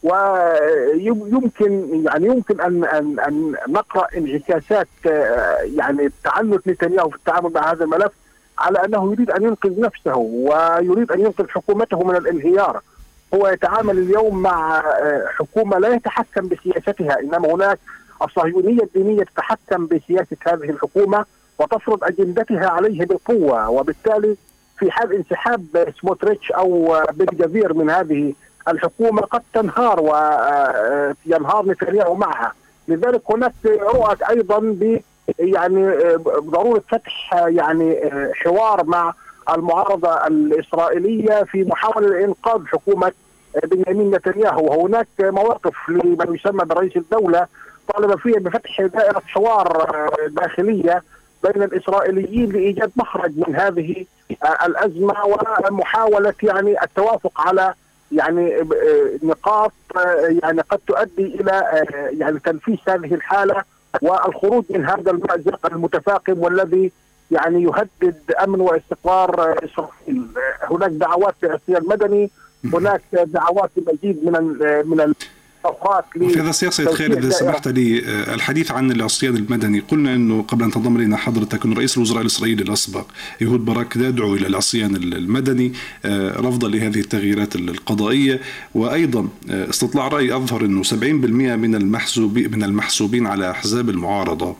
ويمكن يعني يمكن ان ان ان نقرا انعكاسات يعني تعنت نتنياهو في التعامل مع هذا الملف على انه يريد ان ينقذ نفسه ويريد ان ينقذ حكومته من الانهيار. هو يتعامل اليوم مع حكومه لا يتحكم بسياستها، انما هناك الصهيونيه الدينيه تتحكم بسياسه هذه الحكومه وتفرض اجندتها عليه بالقوه، وبالتالي في حال انسحاب سموتريتش او بن جفير من هذه الحكومة قد تنهار وينهار نتنياهو معها. لذلك هناك رؤى أيضا ب يعني ضرورة فتح يعني حوار مع المعارضة الإسرائيلية في محاولة لإنقاذ حكومة بنيامين نتنياهو. وهناك مواقف لمن يسمى برئيس الدولة طالب فيها بفتح دائرة حوار داخلية بين الإسرائيليين لإيجاد مخرج من هذه الأزمة ومحاولة يعني التوافق على يعني نقاط يعني قد تؤدي الى يعني تنفيذ هذه الحاله والخروج من هذا المأزق المتفاقم والذي يعني يهدد امن واستقرار اسرائيل. هناك دعوات للعصيان المدني، هناك دعوات لمزيد من من في هذا السياق سيد خالد إذا سمحت لي الحديث عن العصيان المدني. قلنا أنه قبل أن تنضم إلينا حضرتك أن رئيس الوزراء الإسرائيلي الأسبق يهود باراك يدعو إلى العصيان المدني رفضا لهذه التغييرات القضائية، وأيضا استطلاع رأي أظهر أنه سبعين بالمئة من المحسوبين من المحسوبين على أحزاب المعارضة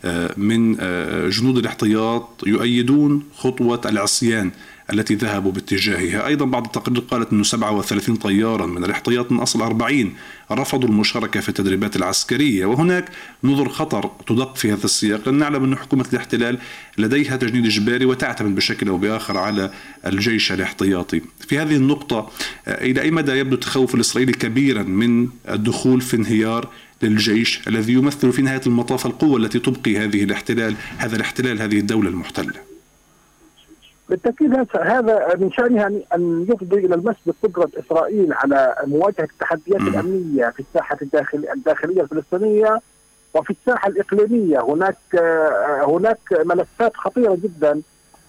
من جنود الاحتياط يؤيدون خطوة العصيان التي ذهبوا باتجاهها. أيضا بعض التقارير قالت أنه سبعة وثلاثين طيارا من الاحتياط من أصل أربعين رفضوا المشاركة في التدريبات العسكرية. وهناك نظر خطر تدق في هذا السياق، لأن نعلم أن حكومة الاحتلال لديها تجنيد إجباري وتعتمد بشكل أو بآخر على الجيش الاحتياطي. في هذه النقطة إلى أي مدى يبدو التخوف الإسرائيلي كبيرا من الدخول في انهيار للجيش الذي يمثل في نهاية المطاف القوة التي تبقي هذه الاحتلال هذا الاحتلال هذه الدولة المحتلة؟ بالتأكيد هذا من شأنها أن يفضي إلى المس بقدرة إسرائيل على مواجهة التحديات م. الأمنية في الساحة الداخل الداخلية الفلسطينية وفي الساحة الإقليمية. هناك هناك ملفات خطيرة جدا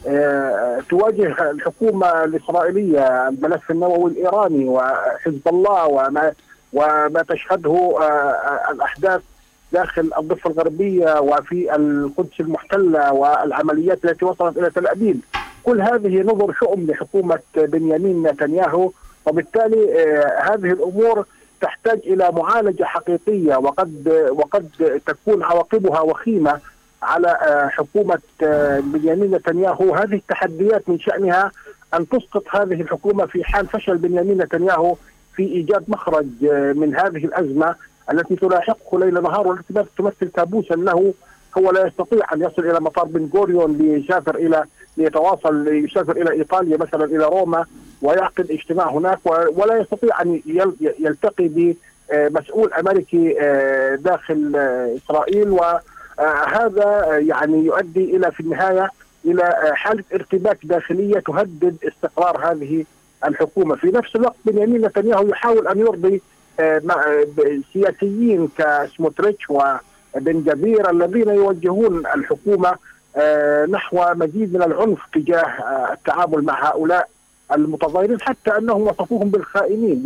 تواجه الحكومة الإسرائيلية، الملف النووي الإيراني وحزب الله وما وما تشهده الأحداث داخل الضفة الغربية وفي القدس المحتلة والعمليات التي وصلت إلى تل أبيب. كل هذه نظر شؤم لحكومة بنيامين نتنياهو، وبالتالي هذه الأمور تحتاج إلى معالجة حقيقية، وقد وقد تكون عواقبها وخيمة على حكومة بنيامين نتنياهو. هذه التحديات من شأنها أن تسقط هذه الحكومة في حال فشل بنيامين نتنياهو في إيجاد مخرج من هذه الأزمة التي تلاحقه ليل نهار، والتي تمثل كابوسا له. هو لا يستطيع أن يصل إلى مطار بن غوريون ليسافر إلى ليتواصل ليسافر إلى إيطاليا مثلا، إلى روما، ويعقد اجتماع هناك، ولا يستطيع أن يلتقي بمسؤول أمريكي داخل إسرائيل. وهذا يعني يؤدي إلى في النهاية إلى حالة ارتباك داخلية تهدد استقرار هذه الحكومة. في نفس الوقت بنيامين نتنياهو يحاول أن يرضي سياسيين كسموتريتش وبن جفير الذين يوجهون الحكومة نحو مزيد من العنف تجاه التعامل مع هؤلاء المتظاهرين، حتى أنهم وصفوهم بالخائنين،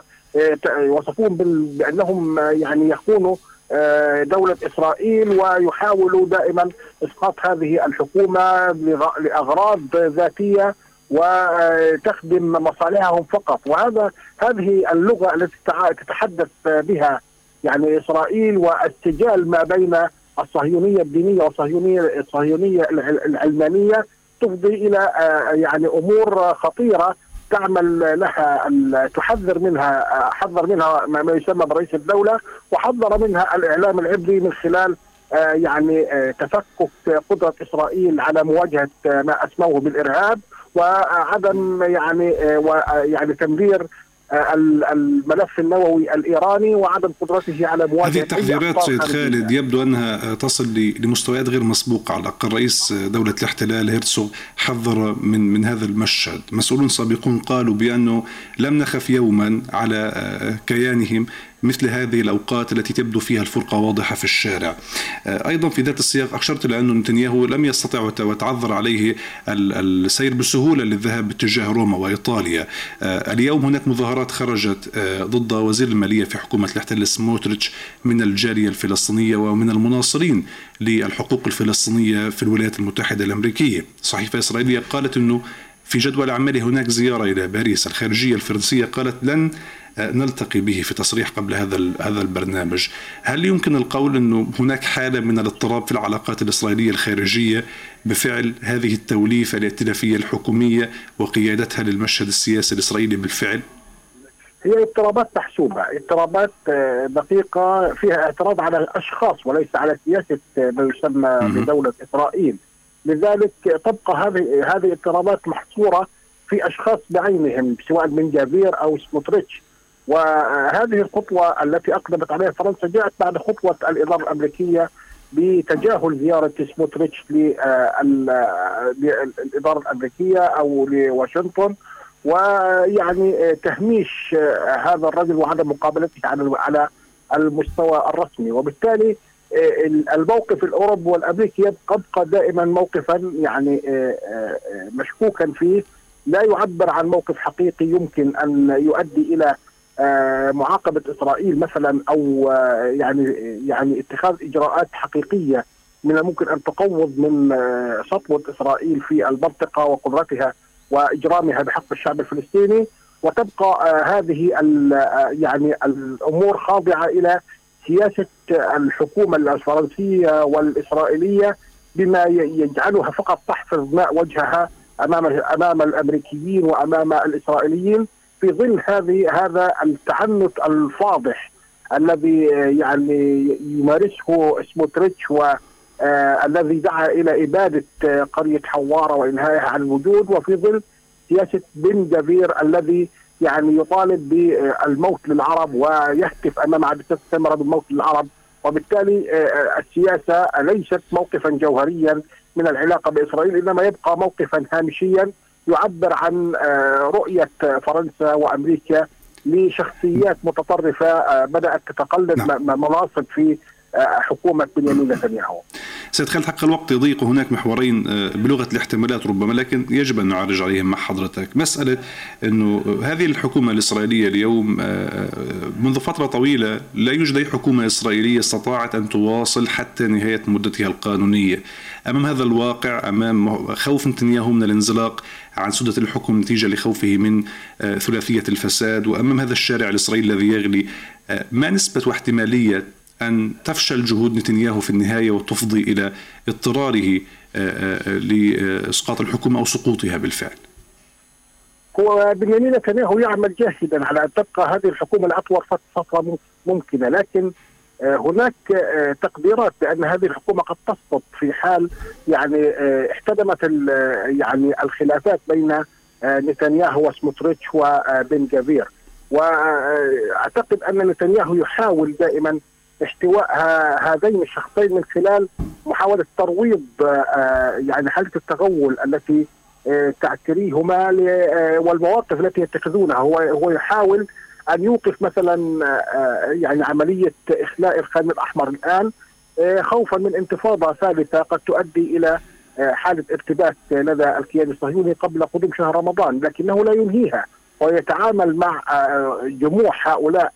وصفوهم بأنهم يعني يخونوا دولة إسرائيل، ويحاولوا دائما إسقاط هذه الحكومة لأغراض ذاتية وتخدم مصالحهم فقط. وهذا هذه اللغة التي تتحدث بها يعني إسرائيل، والسجال ما بين الصهيونية الدينية والصهيونية الصهيونية العلمانية، تفضي إلى يعني أمور خطيرة تعمل لها تحذر منها حذر منها ما يسمى برئيس الدولة، وحذر منها الإعلام العبري من خلال يعني تفكك قدرة إسرائيل على مواجهة ما أسموه بالإرهاب، وعدم يعني ويعني تمرير الملف النووي الإيراني، وعدم قدرته على مواجهة هذه التحذيرات. سيد خالد يبدو أنها تصل لمستويات غير مسبوقة. على الأقل رئيس دولة الاحتلال هيرتسوغ حذر من من هذا المشهد. مسؤولون سابقون قالوا بأنه لم نخف يوما على كيانهم مثل هذه الأوقات التي تبدو فيها الفرقة واضحة في الشارع. أيضا في ذات السياق أشرت إلى أن نتنياهو لم يستطع وتعذر عليه السير بسهولة للذهاب باتجاه روما وإيطاليا. اليوم هناك مظاهرات خرجت ضد وزير المالية في حكومة الاحتلال سموتريتش من الجالية الفلسطينية ومن المناصرين للحقوق الفلسطينية في الولايات المتحدة الأمريكية. صحيفة إسرائيلية قالت أنه في جدول أعماله هناك زيارة إلى باريس. الخارجية الفرنسية قالت لن نلتقي به في تصريح قبل هذا هذا البرنامج. هل يمكن القول أنه هناك حالة من الاضطراب في العلاقات الإسرائيلية الخارجية بفعل هذه التوليفة الائتلافية الحكومية وقيادتها للمشهد السياسي الإسرائيلي بالفعل؟ هي اضطرابات محسوبة، اضطرابات دقيقة فيها اعتراض على الأشخاص وليس على سياسة ما يسمى بدولة إسرائيل. لذلك تبقى هذه هذه الاضطرابات محصورة في أشخاص بعينهم، سواء بن جفير أو سموتريتش. وهذه الخطوة التي أقدمت عليها فرنسا جاءت بعد خطوة الإدارة الأمريكية بتجاهل زيارة سموتريتش للإدارة الأمريكية أو لواشنطن، ويعني تهميش هذا الرجل وعدم مقابلته على المستوى الرسمي. وبالتالي الموقف الأوروبي والأمريكي يبقى دائما موقفا يعني مشكوكا فيه، لا يعبر عن موقف حقيقي يمكن أن يؤدي إلى معاقبة إسرائيل مثلا، أو يعني يعني اتخاذ إجراءات حقيقية من الممكن أن تقوض من سطوة إسرائيل في المنطقة وقدرتها وإجرامها بحق الشعب الفلسطيني. وتبقى هذه يعني الأمور خاضعة إلى سياسة الحكومة الفرنسية والإسرائيلية، بما يجعلها فقط تحفظ ماء وجهها أمام أمام الأمريكيين وأمام الإسرائيليين، في ظل هذه هذا التعنت الفاضح الذي يعني يمارسه سموتريتش، والذي دعا إلى إبادة قرية حوارة وإنهائها عن الوجود، وفي ظل سياسة بن جفير الذي يعني يطالب بالموت للعرب ويهتف أمام عدسات الكاميرا بالموت للعرب. وبالتالي السياسة ليست موقفا جوهريا من العلاقة بإسرائيل، إنما يبقى موقفا هامشيا يعبر عن رؤية فرنسا وأمريكا لشخصيات متطرفة بدأت تتقلد مناصب في حكومة بنيامين نتنياهو. سيد خالد، حق الوقت يضيق، وهناك محورين بلغة الاحتمالات ربما، لكن يجب أن نعرج عليهم مع حضرتك. مسألة أنه هذه الحكومة الإسرائيلية اليوم منذ فترة طويلة لا يوجد أي حكومة إسرائيلية استطاعت أن تواصل حتى نهاية مدتها القانونية. أمام هذا الواقع، أمام خوف نتنياهو من الانزلاق عن سدة الحكم نتيجة لخوفه من ثلاثية الفساد، وأمام هذا الشارع الإسرائيلي الذي يغلي، ما نسبة واحتمالية أن تفشل جهود نتنياهو في النهاية وتفضي إلى اضطراره لإسقاط الحكومة أو سقوطها بالفعل؟ هو بنيامين نتنياهو يعمل جاهدا على أن تبقى هذه الحكومة لأطول فترة ممكنة، لكن هناك تقديرات بأن هذه الحكومة قد تسقط في حال يعني احتدمت يعني الخلافات بين نتنياهو وسموتريتش وبن جافير. وأعتقد أن نتنياهو يحاول دائما احتواء هذين الشخصين من خلال محاولة ترويض يعني حالة التغول التي تعتريهما والمواقف التي يتخذونها. هو هو يحاول أن يوقف مثلا يعني عملية إخلاء الخان الأحمر الآن خوفا من انتفاضة ثالثة قد تؤدي إلى حالة ارتباك لدى الكيان الصهيوني قبل قدوم شهر رمضان، لكنه لا ينهيها ويتعامل مع جموع هؤلاء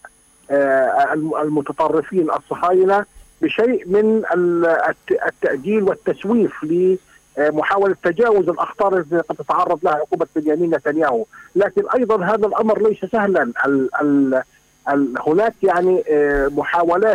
المتطرفين الصهاينة بشيء من التأجيل والتسويف لمحاولة تجاوز الأخطار التي قد تتعرض لها حكومة بنيامين نتنياهو. لكن أيضا هذا الأمر ليس سهلا. ال ال ال هناك يعني محاولات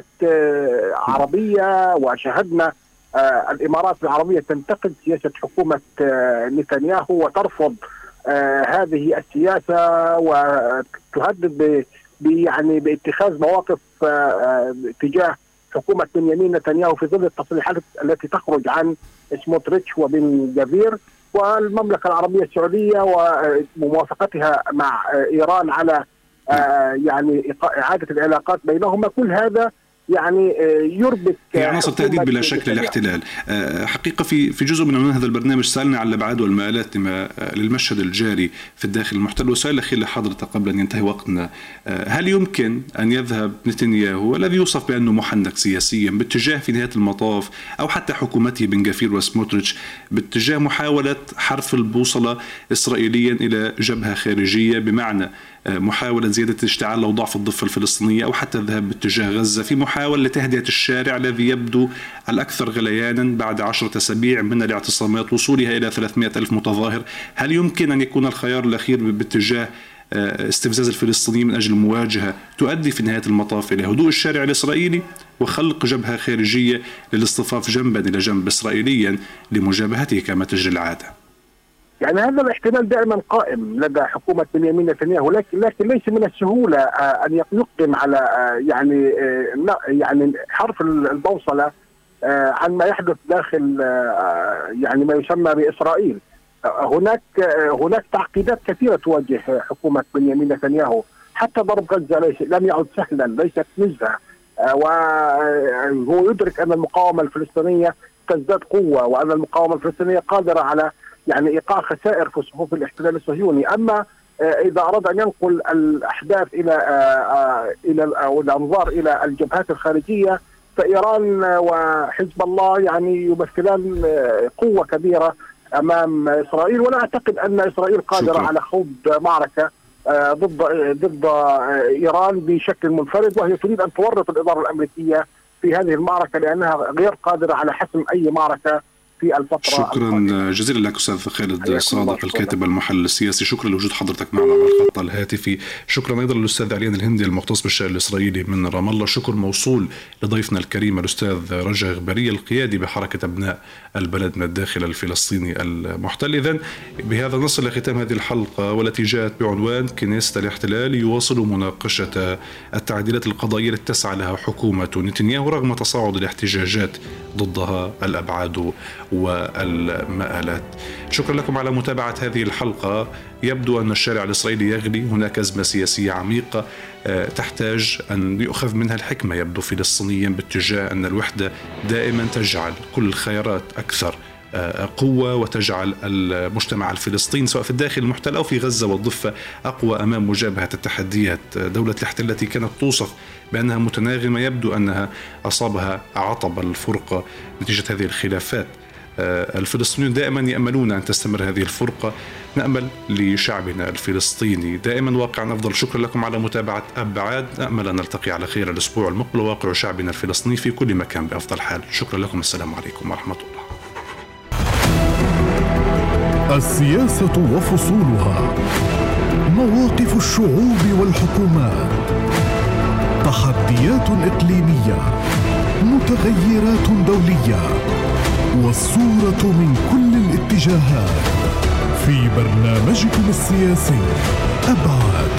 عربية، وشاهدنا الإمارات العربية تنتقد سياسة حكومة نتنياهو وترفض هذه السياسة وتهدد يعني باتخاذ مواقف تجاه حكومة بنيامين نتنياهو في ظل التصريحات التي تخرج عن سموتريتش وبن جافير. والمملكة العربية السعودية وموافقتها مع إيران على يعني إعادة العلاقات بينهما، كل هذا يعني يربك في عناصر تهديد بلا شك للاحتلال. حقيقة في في جزء من عنوان هذا البرنامج سألنا عن الأبعاد والمآلات للمشهد الجاري في الداخل المحتل، وسؤال الأخير لحضرتك قبل أن ينتهي وقتنا: هل يمكن أن يذهب نتنياهو الذي يوصف بأنه محنك سياسيا باتجاه في نهاية المطاف، أو حتى حكومته بن جافير وسموتريتش، باتجاه محاولة حرف البوصلة إسرائيليا إلى جبهة خارجية، بمعنى محاولة زيادة اشتعال أوضاع في الضفة الفلسطينية، أو حتى الذهاب باتجاه غزة في محاولة لتهدئة الشارع الذي يبدو الأكثر غليانا بعد عشرة أسابيع من الاعتصامات وصولها إلى ثلاثمائة ألف متظاهر؟ هل يمكن أن يكون الخيار الأخير باتجاه استفزاز الفلسطينيين من أجل المواجهة تؤدي في نهاية المطاف إلى هدوء الشارع الإسرائيلي وخلق جبهة خارجية للاصطفاف جنبا إلى جنب إسرائيليا لمجابهته كما تجري العادة؟ يعني هذا الاحتمال دائما قائم لدى حكومة بنيامين نتنياهو، لكن لكن ليس من السهولة أن يقدم على يعني يعني حرف البوصلة عن ما يحدث داخل يعني ما يسمى بإسرائيل. هناك هناك تعقيدات كثيرة تواجه حكومة بنيامين نتنياهو، حتى ضرب غزة ليس لم يعد سهلا، ليست نزهة، وهو يدرك أن المقاومة الفلسطينية تزداد قوة، وأن المقاومة الفلسطينية قادرة على يعني إيقاع خسائر في صفوف الاحتلال الصهيوني. أما إذا أراد أن ينقل الأحداث إلى إلى أو الأنظار إلى الجبهات الخارجية، فإيران وحزب الله يعني يمثلان قوة كبيرة أمام إسرائيل، ولا أعتقد أن إسرائيل قادرة شكرا. على خوض معركة ضد ضد إيران بشكل منفرد، وهي تريد أن تورط الإدارة الأمريكية في هذه المعركة لأنها غير قادرة على حسم أي معركة في الفترة. شكرا جزيلا لك أستاذ خالد صادق الكاتب المحلل السياسي، شكرا لوجود حضرتك معنا على الخط الهاتفي. شكرا أيضا للأستاذ عليان الهندي المختص بالشأن الإسرائيلي من رام الله. شكر موصول لضيفنا الكريم الأستاذ رجا غبرية القيادي بحركة أبناء البلد من الداخل الفلسطيني المحتل. إذن بهذا نصل لختام هذه الحلقة، والتي جاءت بعنوان كنيسة الاحتلال يواصل مناقشة التعديلات القضائية التي تسعى لها حكومة نتنياهو رغم تصاعد الاحتجاجات ضدها الأبعاد والمآلات. شكرا لكم على متابعة هذه الحلقة. يبدو أن الشارع الإسرائيلي يغلي، هناك أزمة سياسية عميقة تحتاج أن يؤخذ منها الحكمة يبدو فلسطينيا باتجاه أن الوحدة دائما تجعل كل الخيارات أكثر قوة وتجعل المجتمع الفلسطيني سواء في الداخل المحتل أو في غزة والضفة أقوى أمام مجابهة التحديات. دولة الاحتلال التي كانت توصف بأنها متناغمة يبدو أنها أصابها عطب الفرقة نتيجة هذه الخلافات. الفلسطينيون دائما يأملون أن تستمر هذه الفرقة، نأمل لشعبنا الفلسطيني دائما واقعا أفضل. شكرا لكم على متابعة أبعاد، نأمل أن نلتقي على خير الأسبوع المقبل. واقع شعبنا الفلسطيني في كل مكان بأفضل حال. شكرا لكم، السلام عليكم ورحمة الله. السياسة وفصولها، مواقف الشعوب والحكومات، تحديات إقليمية، متغيرات دولية، والصورة من كل الاتجاهات في برنامجكم السياسي أبعاد.